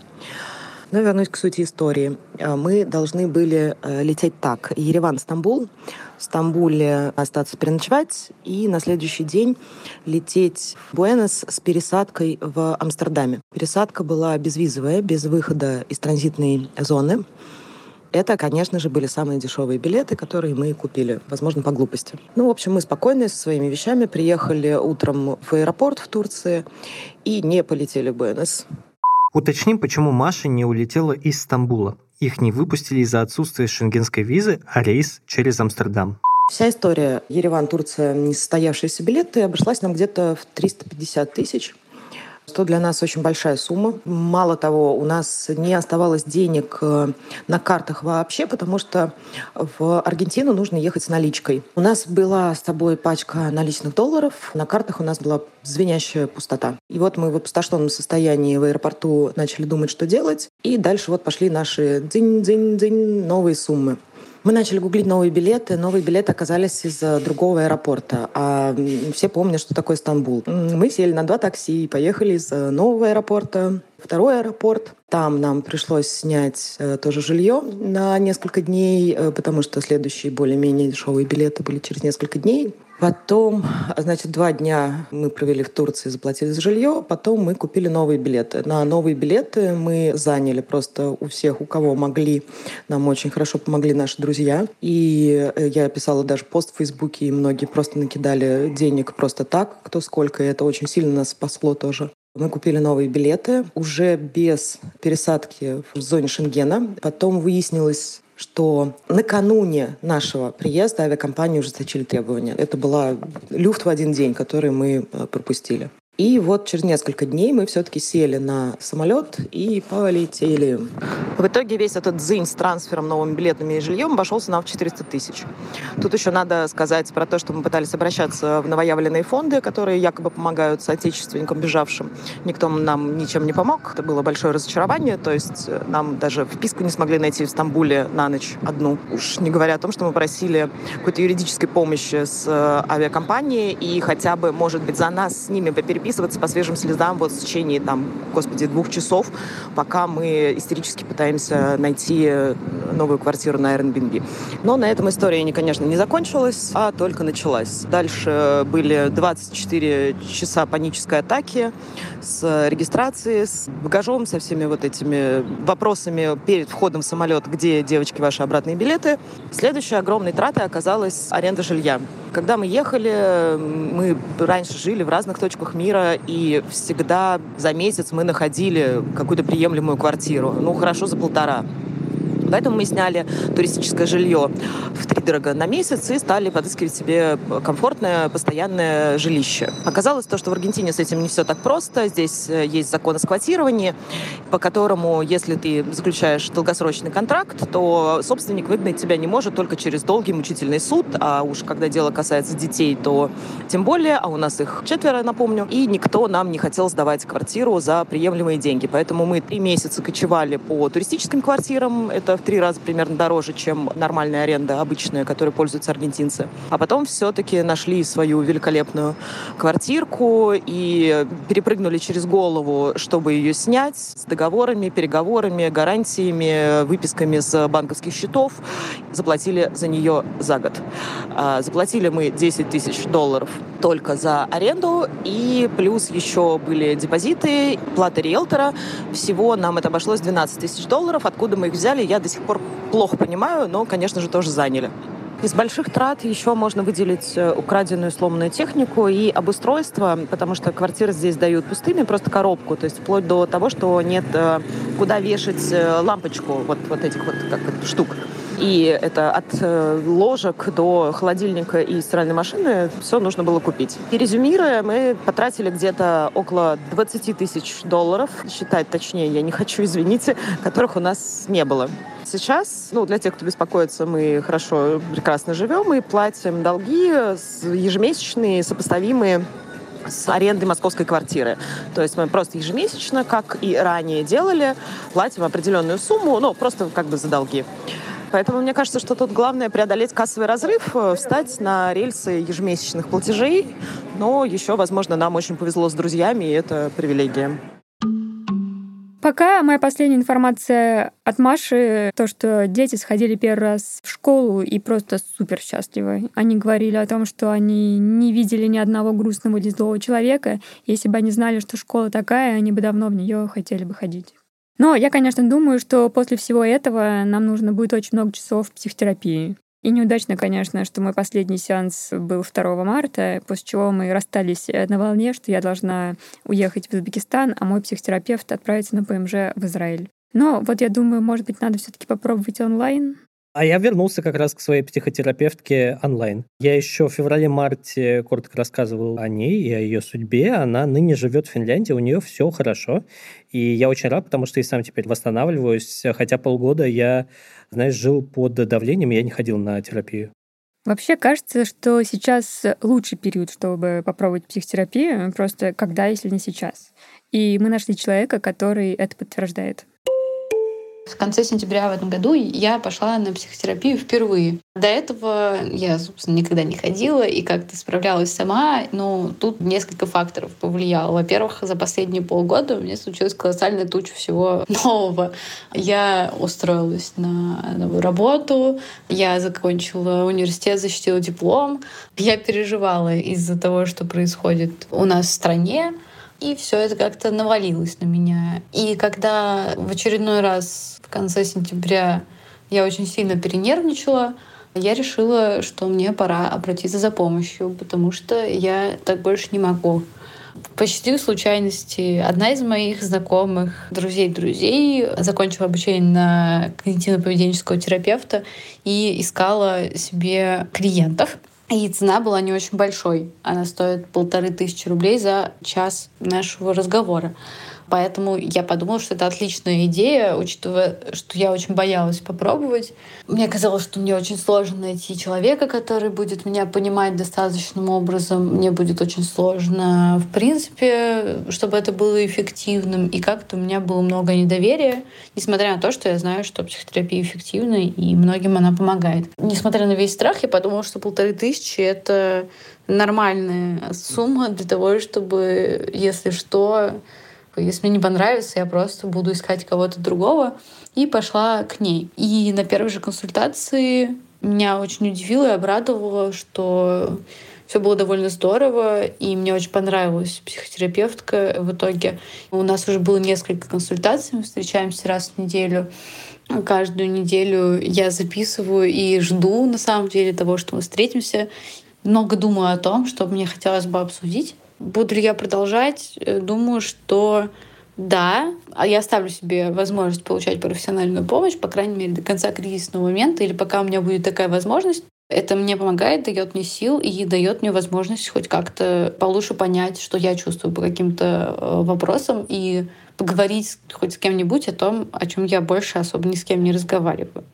Но вернусь к сути истории. Мы должны были лететь так. Ереван-Стамбул. В Стамбуле остаться переночевать и на следующий день лететь в Буэнос с пересадкой в Амстердаме. Пересадка была безвизовая, без выхода из транзитной зоны. Это, конечно же, были самые дешевые билеты, которые мы купили, возможно, по глупости. В общем, мы спокойно со своими вещами приехали утром в аэропорт в Турции и не полетели в Буэнос. Уточним, почему Маша не улетела из Стамбула. Их не выпустили из-за отсутствия шенгенской визы, а рейс через Амстердам. Вся история Ереван, Турция, несостоявшиеся билеты обошлась нам где-то в 350 тысяч. Что для нас очень большая сумма. Мало того, у нас не оставалось денег на картах вообще, потому что в Аргентину нужно ехать с наличкой. У нас была с собой пачка наличных долларов, на картах у нас была звенящая пустота. И вот мы в опустошенном состоянии в аэропорту начали думать, что делать, и дальше вот пошли наши дзинь-дзинь-дзинь новые суммы. Мы начали гуглить новые билеты. Новые билеты оказались из другого аэропорта. А все помнят, что такое Стамбул. Мы сели на 2 такси и поехали из нового аэропорта в второй аэропорт. Там нам пришлось снять тоже жилье на несколько дней, потому что следующие более-менее дешевые билеты были через несколько дней. Потом, 2 дня мы провели в Турции, заплатили за жилье. Потом мы купили новые билеты. На новые билеты мы заняли просто у всех, у кого могли. Нам очень хорошо помогли наши друзья. И я писала даже пост в Фейсбуке, и многие просто накидали денег просто так, кто сколько. И это очень сильно нас спасло тоже. Мы купили новые билеты уже без пересадки в зоне Шенгена. Потом выяснилось, что накануне нашего приезда авиакомпании ужесточили требования. Это была люфт в 1 день, который мы пропустили. И вот через несколько дней мы все-таки сели на самолет и полетели. В итоге весь этот дзынь с трансфером, новыми билетами и жильем обошелся нам в 400 тысяч. Тут еще надо сказать про то, что мы пытались обращаться в новоявленные фонды, которые якобы помогают соотечественникам бежавшим. Никто нам ничем не помог. Это было большое разочарование. То есть нам даже вписку не смогли найти в Стамбуле на ночь одну. Уж не говоря о том, что мы просили какой-то юридической помощи с авиакомпанией и хотя бы, может быть, за нас с ними переписываться по свежим следам вот в течение, 2 часов, пока мы истерически пытаемся найти новую квартиру на Airbnb. Но на этом история, конечно, не закончилась, а только началась. Дальше были 24 часа панической атаки с регистрацией, с багажом, со всеми вот этими вопросами перед входом в самолет, где, девочки, ваши обратные билеты. Следующей огромной тратой оказалась аренда жилья. Когда мы ехали, мы раньше жили в разных точках мира, и всегда за месяц мы находили какую-то приемлемую квартиру. Хорошо, за 1,5. Поэтому мы сняли туристическое жилье втридорога на месяц и стали подыскивать себе комфортное, постоянное жилище. Оказалось то, что в Аргентине с этим не все так просто. Здесь есть закон о сквотировании, по которому, если ты заключаешь долгосрочный контракт, то собственник выгнать тебя не может только через долгий мучительный суд, а уж когда дело касается детей, то тем более, а у нас их 4, напомню, и никто нам не хотел сдавать квартиру за приемлемые деньги. Поэтому мы 3 месяца кочевали по туристическим квартирам, это в 3 раза примерно дороже, чем нормальная аренда обычная, которой пользуются аргентинцы. А потом все-таки нашли свою великолепную квартирку и перепрыгнули через голову, чтобы ее снять, с договорами, переговорами, гарантиями, выписками с банковских счетов. Заплатили за нее за год. Заплатили мы $10 тысяч только за аренду, и плюс еще были депозиты, плата риэлтора. Всего нам это обошлось $12 тысяч. Откуда мы их взяли, я до сих пор плохо понимаю, но, конечно же, тоже заняли. Из больших трат еще можно выделить украденную сломанную технику и обустройство, потому что квартиры здесь дают пустыми, просто коробку, то есть вплоть до того, что нет куда вешать лампочку вот этих вот как штук. И это от ложек до холодильника и стиральной машины все нужно было купить. И резюмируя, мы потратили где-то около $20 тысяч, считать точнее я не хочу, извините, которых у нас не было. Сейчас, для тех, кто беспокоится, мы хорошо, прекрасно живем и платим долги ежемесячные, сопоставимые с арендой московской квартиры. То есть мы просто ежемесячно, как и ранее делали, платим определенную сумму, просто как бы за долги. Поэтому мне кажется, что тут главное преодолеть кассовый разрыв, встать на рельсы ежемесячных платежей. Но еще, возможно, нам очень повезло с друзьями, и это привилегия. Пока моя последняя информация от Маши, то, что дети сходили первый раз в школу и просто супер счастливы. Они говорили о том, что они не видели ни одного грустного или злого человека. Если бы они знали, что школа такая, они бы давно в нее хотели бы ходить. Но я, конечно, думаю, что после всего этого нам нужно будет очень много часов психотерапии. И неудачно, конечно, что мой последний сеанс был 2 марта, после чего мы расстались на волне, что я должна уехать в Узбекистан, а мой психотерапевт отправится на ПМЖ в Израиль. Но я думаю, может быть, надо все-таки попробовать онлайн. А я вернулся как раз к своей психотерапевтке онлайн. Я еще в феврале-марте коротко рассказывал о ней и о ее судьбе. Она ныне живет в Финляндии, у нее все хорошо. И я очень рад, потому что и сам теперь восстанавливаюсь. Хотя полгода я, жил под давлением, я не ходил на терапию. Вообще кажется, что сейчас лучший период, чтобы попробовать психотерапию. Просто когда, если не сейчас. И мы нашли человека, который это подтверждает. В конце сентября в этом году я пошла на психотерапию впервые. До этого я, собственно, никогда не ходила и как-то справлялась сама. Но тут несколько факторов повлияло. Во-первых, за последние полгода у меня случилась колоссальная туча всего нового. Я устроилась на новую работу, я закончила университет, защитила диплом. Я переживала из-за того, что происходит у нас в стране. И все это как-то навалилось на меня. И когда в очередной раз в конце сентября я очень сильно перенервничала, я решила, что мне пора обратиться за помощью, потому что я так больше не могу. По счастливой случайности одна из моих знакомых, друзей закончила обучение на когнитивно-поведенческого терапевта и искала себе клиентов. И цена была не очень большой. Она стоит 1500 рублей за час нашего разговора. Поэтому я подумала, что это отличная идея, учитывая, что я очень боялась попробовать. Мне казалось, что мне очень сложно найти человека, который будет меня понимать достаточным образом. Мне будет очень сложно, в принципе, чтобы это было эффективным. И как-то у меня было много недоверия, несмотря на то, что я знаю, что психотерапия эффективна, и многим она помогает. Несмотря на весь страх, я подумала, что 1500 — это нормальная сумма для того, чтобы, если что, если мне не понравится, я просто буду искать кого-то другого. И пошла к ней. И на первой же консультации меня очень удивило и обрадовало, что все было довольно здорово, и мне очень понравилась психотерапевтка в итоге. У нас уже было несколько консультаций, мы встречаемся раз в неделю. Каждую неделю я записываю и жду, на самом деле, того, что мы встретимся. Много думаю о том, что мне хотелось бы обсудить. Буду ли я продолжать? Думаю, что Да, я ставлю себе возможность получать профессиональную помощь, по крайней мере, до конца кризисного момента или пока у меня будет такая возможность. Это мне помогает, дает мне сил и дает мне возможность хоть как-то получше понять, что я чувствую по каким-то вопросам и поговорить хоть с кем-нибудь о том, о чем я больше особо ни с кем не разговариваю.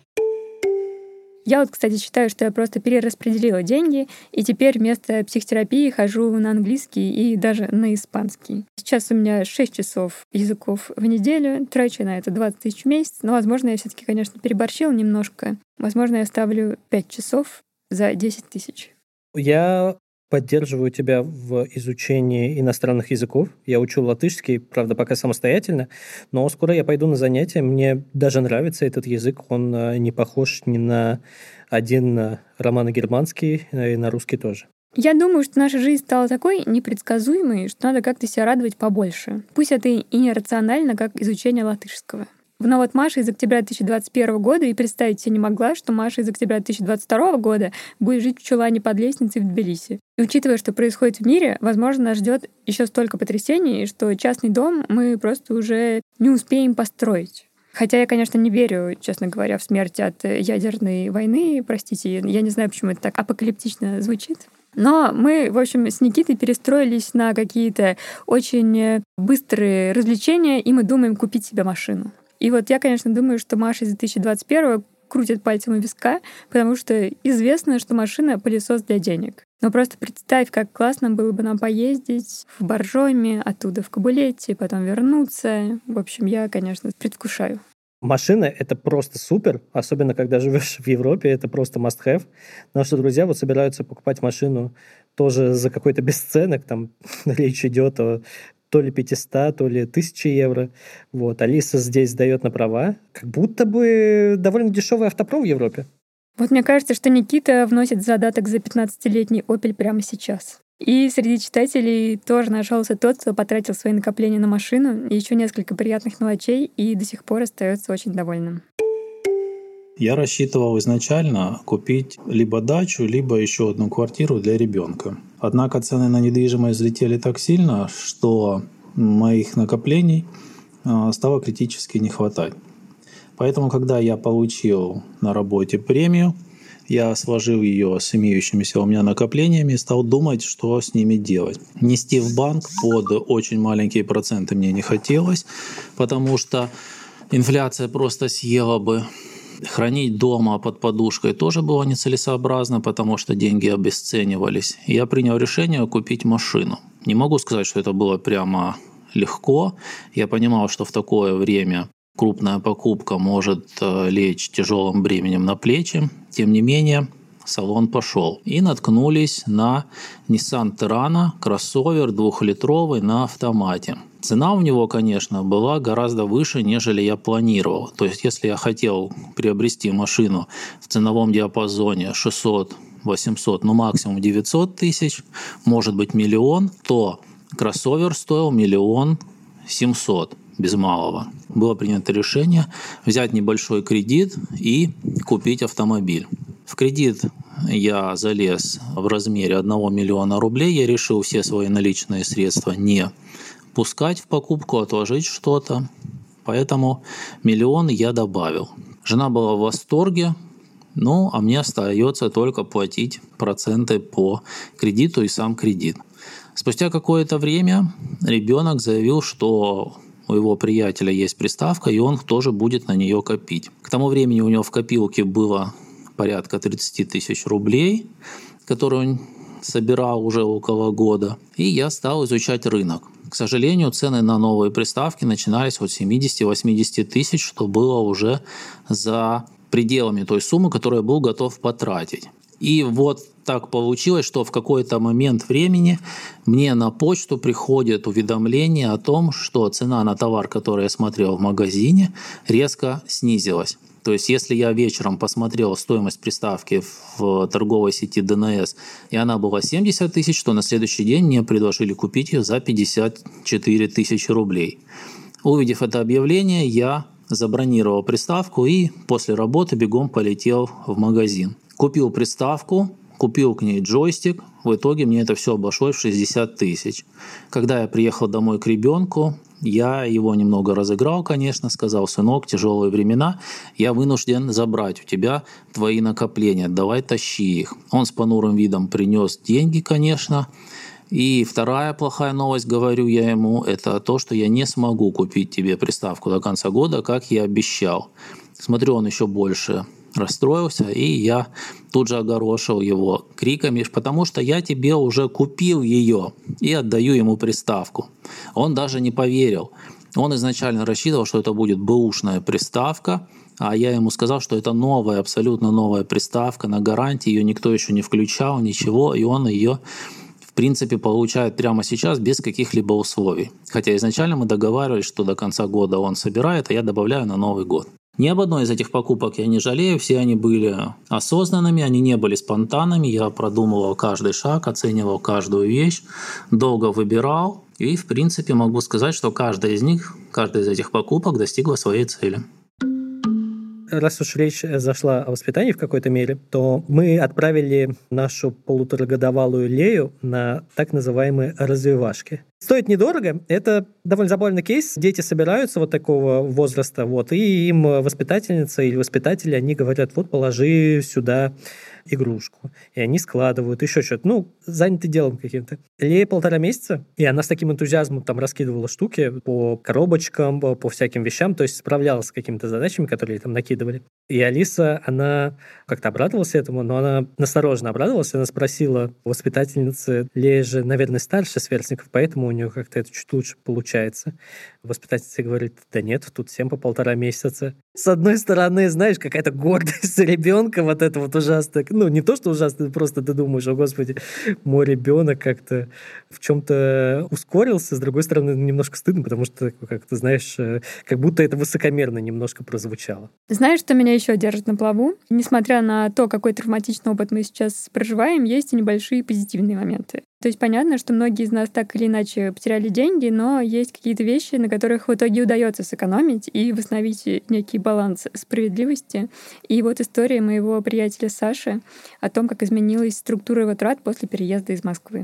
Я вот, кстати, считаю, что я просто перераспределила деньги, и теперь вместо психотерапии хожу на английский и даже на испанский. Сейчас у меня 6 часов языков в неделю, трачу на это 20 тысяч в месяц, но, возможно, я все-таки, конечно, переборщила немножко. Возможно, я ставлю 5 часов за 10 тысяч. Я поддерживаю тебя в изучении иностранных языков. Я учу латышский, правда, пока самостоятельно, но скоро я пойду на занятия. Мне даже нравится этот язык. Он не похож ни на один романо-германский, и на русский тоже. Я думаю, что наша жизнь стала такой непредсказуемой, что надо как-то себя радовать побольше. Пусть это и не рационально, как изучение латышского. Но вот Маша из октября 2021 года и представить себе не могла, что Маша из октября 2022 года будет жить в чулане под лестницей в Тбилиси. И учитывая, что происходит в мире, возможно, нас ждет еще столько потрясений, что частный дом мы просто уже не успеем построить. Хотя я, конечно, не верю, честно говоря, в смерть от ядерной войны. Простите, я не знаю, почему это так апокалиптично звучит. Но мы, в общем, с Никитой перестроились на какие-то очень быстрые развлечения, и мы думаем купить себе машину. И вот я, конечно, думаю, что Маша из 2021 крутит пальцем у виска, потому что известно, что машина — пылесос для денег. Но просто представь, как классно было бы нам поездить в Боржоми, оттуда в Кабулете, потом вернуться. В общем, я, конечно, предвкушаю. Машина — это просто супер, особенно когда живешь в Европе, это просто must-have. Потому что друзья вот собираются покупать машину тоже за какой-то бесценок, там речь идет о то ли 500, то ли 1000 евро. Вот. Алиса здесь сдает на права. Как будто бы довольно дешевый автопром в Европе. Вот мне кажется, что Никита вносит задаток за 15-летний Opel прямо сейчас. И среди читателей тоже нашелся тот, кто потратил свои накопления на машину, и еще несколько приятных мелочей, и до сих пор остается очень довольным. Я рассчитывал изначально купить либо дачу, либо еще одну квартиру для ребенка. Однако цены на недвижимость взлетели так сильно, что моих накоплений стало критически не хватать. Поэтому, когда я получил на работе премию, я сложил ее с имеющимися у меня накоплениями и стал думать, что с ними делать. Нести в банк под очень маленькие проценты мне не хотелось, потому что инфляция просто съела бы. Хранить дома под подушкой тоже было нецелесообразно, потому что деньги обесценивались. И я принял решение купить машину. Не могу сказать, что это было прямо легко. Я понимал, что в такое время крупная покупка может лечь тяжелым бременем на плечи. Тем не менее, салон пошел. И наткнулись на Nissan Terrano, кроссовер 2-литровый на автомате. Цена у него, конечно, была гораздо выше, нежели я планировал. То есть, если я хотел приобрести машину в ценовом диапазоне 600, 800, ну максимум 900 тысяч, может быть 1 миллион, то кроссовер стоил 1 700 000 без малого. Было принято решение взять небольшой кредит и купить автомобиль. В кредит я залез в размере 1 миллиона рублей. Я решил все свои наличные средства не пускать в покупку, отложить что-то. Поэтому 1 миллион я добавил. Жена была в восторге, ну а мне остается только платить проценты по кредиту и сам кредит. Спустя какое-то время ребенок заявил, что у его приятеля есть приставка, и он тоже будет на нее копить. К тому времени у него в копилке было порядка 30 тысяч рублей, которые он собирал уже около года. И я стал изучать рынок. К сожалению, цены на новые приставки начинались от 70-80 тысяч, что было уже за пределами той суммы, которую я был готов потратить. И вот так получилось, что в какой-то момент времени мне на почту приходит уведомление о том, что цена на товар, который я смотрел в магазине, резко снизилась. То есть, если я вечером посмотрел стоимость приставки в торговой сети ДНС, и она была 70 тысяч, то на следующий день мне предложили купить ее за 54 тысячи рублей. Увидев это объявление, я забронировал приставку и после работы бегом полетел в магазин. Купил приставку, купил к ней джойстик. В итоге мне это все обошлось в 60 тысяч. Когда я приехал домой к ребенку, Я его немного разыграл, конечно, сказал: сынок, тяжелые времена, я вынужден забрать у тебя твои накопления, давай тащи их. Он с понурым видом принес деньги, конечно. И вторая плохая новость, говорю я ему, это то, что я не смогу купить тебе приставку до конца года, как я обещал. Смотрю, он еще больше расстроился, и я тут же огорошил его криками, потому что я тебе уже купил ее и отдаю ему приставку. Он даже не поверил. Он изначально рассчитывал, что это будет бэушная приставка, а я ему сказал, что это новая, абсолютно новая приставка на гарантии, ее никто еще не включал, ничего, и он ее в принципе получает прямо сейчас без каких-либо условий. Хотя изначально мы договаривались, что до конца года он собирает, а я добавляю на Новый год. Ни об одной из этих покупок я не жалею, все они были осознанными, они не были спонтанными, я продумывал каждый шаг, оценивал каждую вещь, долго выбирал, и в принципе могу сказать, что каждая из этих покупок достигла своей цели. Раз уж речь зашла о воспитании в какой-то мере, то мы отправили нашу полуторагодовалую Лею на так называемые развивашки. Стоит недорого. Это довольно забавный кейс. Дети собираются вот такого возраста, и им воспитательница или воспитатели, они говорят: вот положи сюда игрушку. И они складывают, еще что-то. Заняты делом каким-то. Лее 1,5 месяца, и она с таким энтузиазмом там раскидывала штуки по коробочкам, по всяким вещам, то есть справлялась с какими-то задачами, которые ей там накидывали. И Алиса, она как-то обрадовалась этому, но она настороженно обрадовалась. Она спросила у воспитательницы: Лея же, наверное, старше сверстников, поэтому у нее как-то это чуть лучше получается. Воспитательница говорит: да нет, тут всем по 1,5 месяца. С одной стороны, знаешь, какая-то гордость за ребенка, вот это вот ужасно. Не то, что ужасно, просто ты думаешь: о, Господи, мой ребенок как-то в чем-то ускорился. С другой стороны, немножко стыдно, потому что, как ты знаешь, как будто это высокомерно немножко прозвучало. Знаешь, что меня еще держит на плаву? Несмотря на то, какой травматичный опыт мы сейчас проживаем, есть и небольшие позитивные моменты. То есть понятно, что многие из нас так или иначе потеряли деньги, но есть какие-то вещи, на которых в итоге удается сэкономить и восстановить некий баланс справедливости. И вот история моего приятеля Саши о том, как изменилась структура его трат после переезда из Москвы.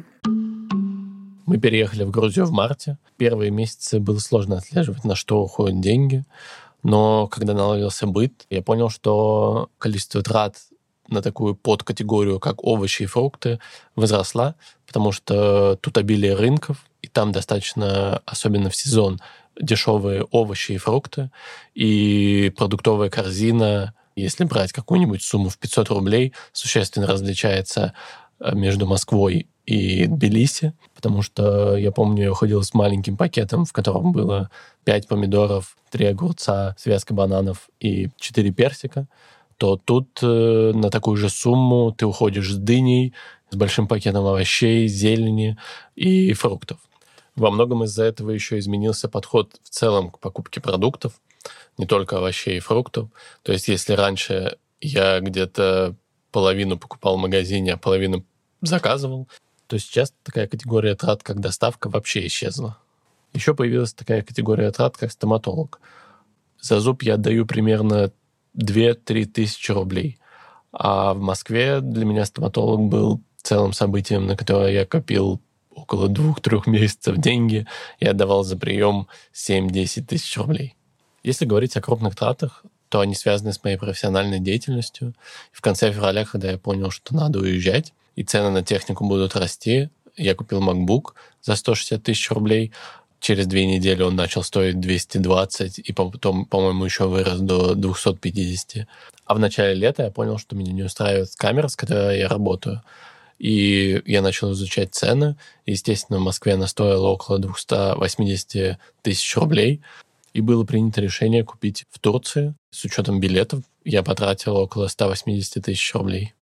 Мы переехали в Грузию в марте. Первые месяцы было сложно отслеживать, на что уходят деньги. Но когда наладился быт, я понял, что количество трат на такую подкатегорию, как овощи и фрукты, возросла, потому что тут обилие рынков, и там достаточно, особенно в сезон, дешевые овощи и фрукты, и продуктовая корзина, если брать какую-нибудь сумму в 500 рублей, существенно различается между Москвой и Тбилиси, потому что я помню, я ходил с маленьким пакетом, в котором было 5 помидоров, 3 огурца, связка бананов и 4 персика, то тут на такую же сумму ты уходишь с дыней, с большим пакетом овощей, зелени и фруктов. Во многом из-за этого еще изменился подход в целом к покупке продуктов, не только овощей и фруктов. То есть если раньше я где-то половину покупал в магазине, а половину заказывал, то сейчас такая категория трат, как доставка, вообще исчезла. Еще появилась такая категория трат, как стоматолог. За зуб я отдаю примерно 2-3 тысячи рублей. А в Москве для меня стоматолог был целым событием, на которое я копил около 2-3 месяцев деньги и отдавал за прием 7-10 тысяч рублей. Если говорить о крупных тратах, то они связаны с моей профессиональной деятельностью. В конце февраля, когда я понял, что надо уезжать, и цены на технику будут расти, я купил MacBook за 160 тысяч рублей. Через 2 недели он начал стоить 220, и потом, по-моему, еще вырос до 250. А в начале лета я понял, что меня не устраивает камера, с которой я работаю. И я начал изучать цены. Естественно, в Москве она стоила около 280 тысяч рублей. И было принято решение купить в Турции. С учетом билетов я потратил около 180 тысяч рублей.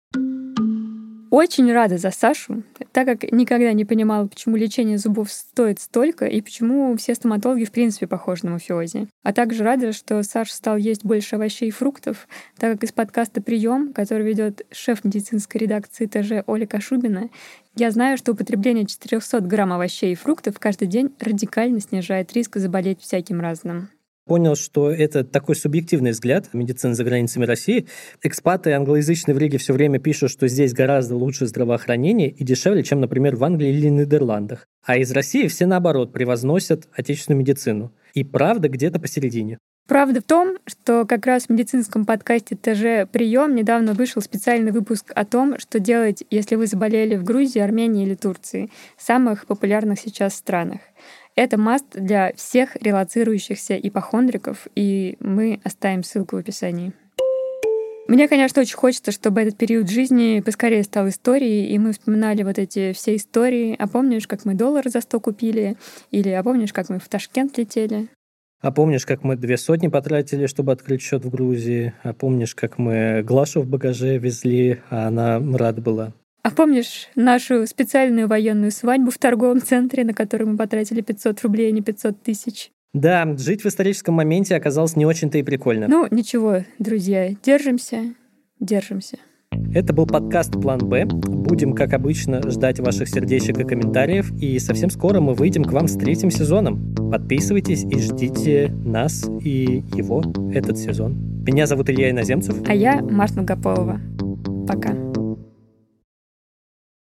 Очень рада за Сашу, так как никогда не понимала, почему лечение зубов стоит столько и почему все стоматологи в принципе похожи на мафиози. А также рада, что Саша стал есть больше овощей и фруктов, так как из подкаста «Прием», который ведет шеф медицинской редакции ТЖ Оля Кашубина, я знаю, что употребление 400 грамм овощей и фруктов каждый день радикально снижает риск заболеть всяким разным. понял, что это такой субъективный взгляд медицины за границами России. Экспаты англоязычные в Риге все время пишут, что здесь гораздо лучше здравоохранение и дешевле, чем, например, в Англии или Нидерландах. А из России все, наоборот, превозносят отечественную медицину. И правда где-то посередине. Правда в том, что как раз в медицинском подкасте ТЖ «Прием» недавно вышел специальный выпуск о том, что делать, если вы заболели в Грузии, Армении или Турции, самых популярных сейчас странах. Это маст для всех релоцирующихся ипохондриков, и мы оставим ссылку в описании. Мне, конечно, очень хочется, чтобы этот период жизни поскорее стал историей, и мы вспоминали вот эти все истории. А помнишь, как мы доллар за 100 купили? Или а помнишь, как мы в Ташкент летели? А помнишь, как мы 200 потратили, чтобы открыть счет в Грузии? А помнишь, как мы Глашу в багаже везли, а она рада была? А помнишь нашу специальную военную свадьбу в торговом центре, на которую мы потратили 500 рублей, а не 500 тысяч? Да, жить в историческом моменте оказалось не очень-то и прикольно. Ну, ничего, друзья, держимся. Это был подкаст «План Б». Будем, как обычно, ждать ваших сердечек и комментариев, и совсем скоро мы выйдем к вам с 3-м сезоном. Подписывайтесь и ждите нас и его этот сезон. Меня зовут Илья Иноземцев. А я Марта Долгополова. Пока.